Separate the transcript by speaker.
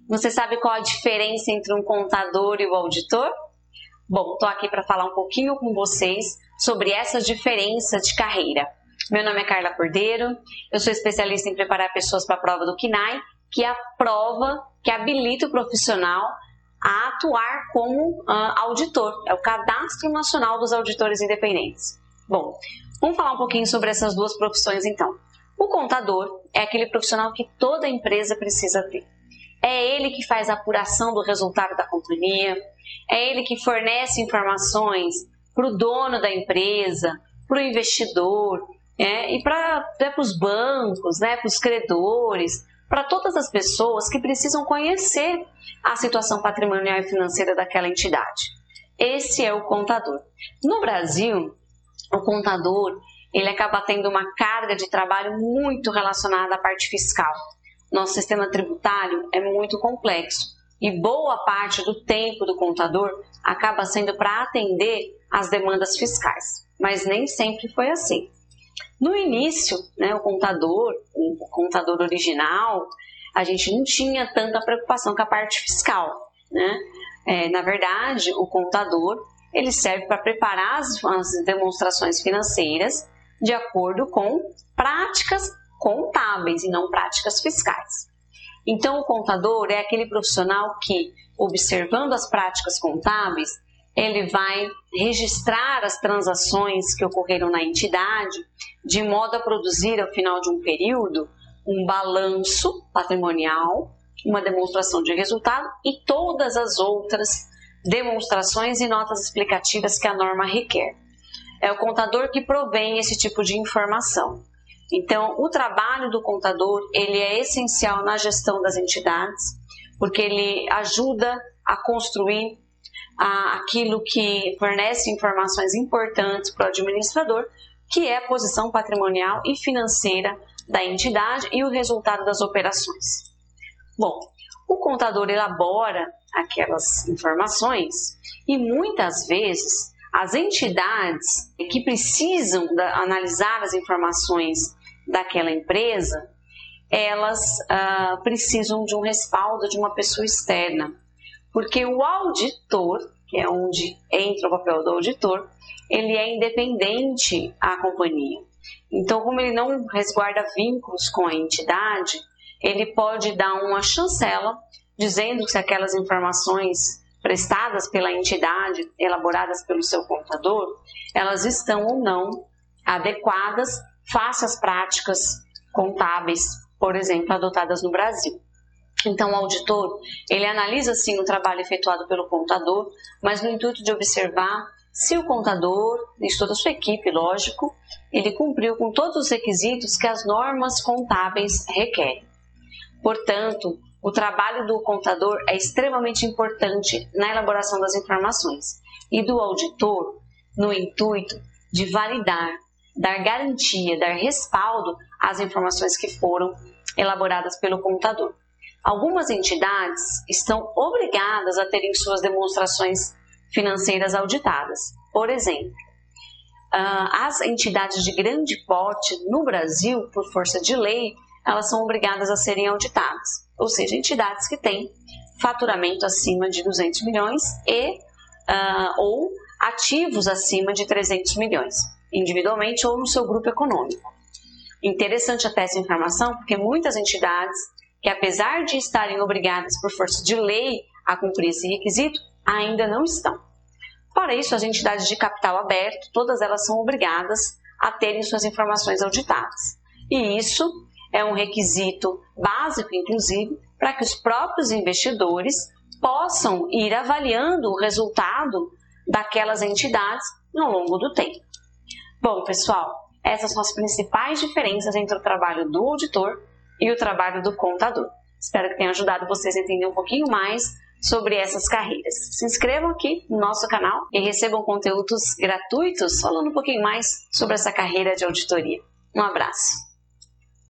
Speaker 1: Você sabe qual a diferença entre um contador e o auditor? Bom, estou aqui para falar um pouquinho com vocês sobre essa diferença de carreira. Meu nome é Carla Cordeiro, eu sou especialista em preparar pessoas para a prova do CNAE, que é a prova que habilita o profissional a atuar como auditor, é o Cadastro Nacional dos Auditores Independentes. Bom, vamos falar um pouquinho sobre essas duas profissões então. O contador é aquele profissional que toda empresa precisa ter. É ele que faz a apuração do resultado da companhia, é ele que fornece informações para o dono da empresa, para o investidor, e para os bancos, para os credores, para todas as pessoas que precisam conhecer a situação patrimonial e financeira daquela entidade. Esse é o contador. No Brasil, o contador ele acaba tendo uma carga de trabalho muito relacionada à parte fiscal. Nosso sistema tributário é muito complexo e boa parte do tempo do contador acaba sendo para atender às demandas fiscais, mas nem sempre foi assim. No início, o contador original, a gente não tinha tanta preocupação com a parte fiscal. Na verdade, o contador ele serve para preparar as demonstrações financeiras de acordo com práticas contábeis e não práticas fiscais. Então, o contador é aquele profissional que, observando as práticas contábeis, ele vai registrar as transações que ocorreram na entidade, de modo a produzir, ao final de um período, um balanço patrimonial, uma demonstração de resultado e todas as outras demonstrações e notas explicativas que a norma requer. É o contador que provém esse tipo de informação. Então, o trabalho do contador ele é essencial na gestão das entidades, porque ele ajuda a construir aquilo que fornece informações importantes para o administrador, que é a posição patrimonial e financeira da entidade e o resultado das operações. Bom, o contador elabora aquelas informações e muitas vezes as entidades que precisam analisar as informações daquela empresa, elas precisam de um respaldo de uma pessoa externa, porque o auditor, que é onde entra o papel do auditor, ele é independente à companhia. Então, como ele não resguarda vínculos com a entidade, ele pode dar uma chancela dizendo se aquelas informações prestadas pela entidade, elaboradas pelo seu contador, elas estão ou não adequadas face às práticas contábeis, por exemplo, adotadas no Brasil. Então, o auditor, ele analisa sim o trabalho efetuado pelo contador, mas no intuito de observar se o contador, e toda a sua equipe, lógico, ele cumpriu com todos os requisitos que as normas contábeis requerem. Portanto, o trabalho do contador é extremamente importante na elaboração das informações e do auditor no intuito de validar, dar garantia, dar respaldo às informações que foram elaboradas pelo contador. Algumas entidades estão obrigadas a terem suas demonstrações financeiras auditadas. Por exemplo, as entidades de grande porte no Brasil, por força de lei, elas são obrigadas a serem auditadas. Ou seja, entidades que têm faturamento acima de 200 milhões ou ativos acima de 300 milhões, individualmente ou no seu grupo econômico. Interessante até essa informação, porque muitas entidades que, apesar de estarem obrigadas por força de lei a cumprir esse requisito, ainda não estão. Fora isso, as entidades de capital aberto, todas elas são obrigadas a terem suas informações auditadas. E isso é um requisito básico, inclusive, para que os próprios investidores possam ir avaliando o resultado daquelas entidades ao longo do tempo. Bom, pessoal, essas são as principais diferenças entre o trabalho do auditor e o trabalho do contador. Espero que tenha ajudado vocês a entender um pouquinho mais sobre essas carreiras. Se inscrevam aqui no nosso canal e recebam conteúdos gratuitos falando um pouquinho mais sobre essa carreira de auditoria. Um abraço!